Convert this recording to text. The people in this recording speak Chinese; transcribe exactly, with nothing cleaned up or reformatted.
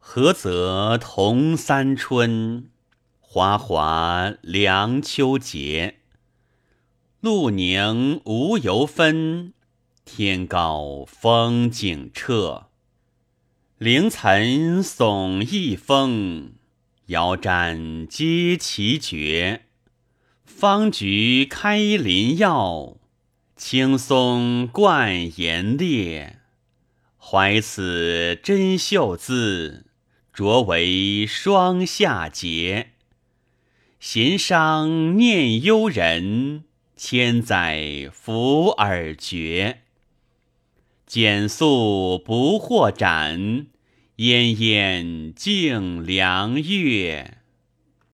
菏泽同三春，华华凉秋节。陆宁无由分，天高风景彻。凌岑耸一峰，遥瞻皆奇绝。方菊开林耀，青松冠岩列。怀此珍秀姿，着为双夏节。弦伤念幽人，千载伏尔绝。简素不惑展，烟烟净凉月。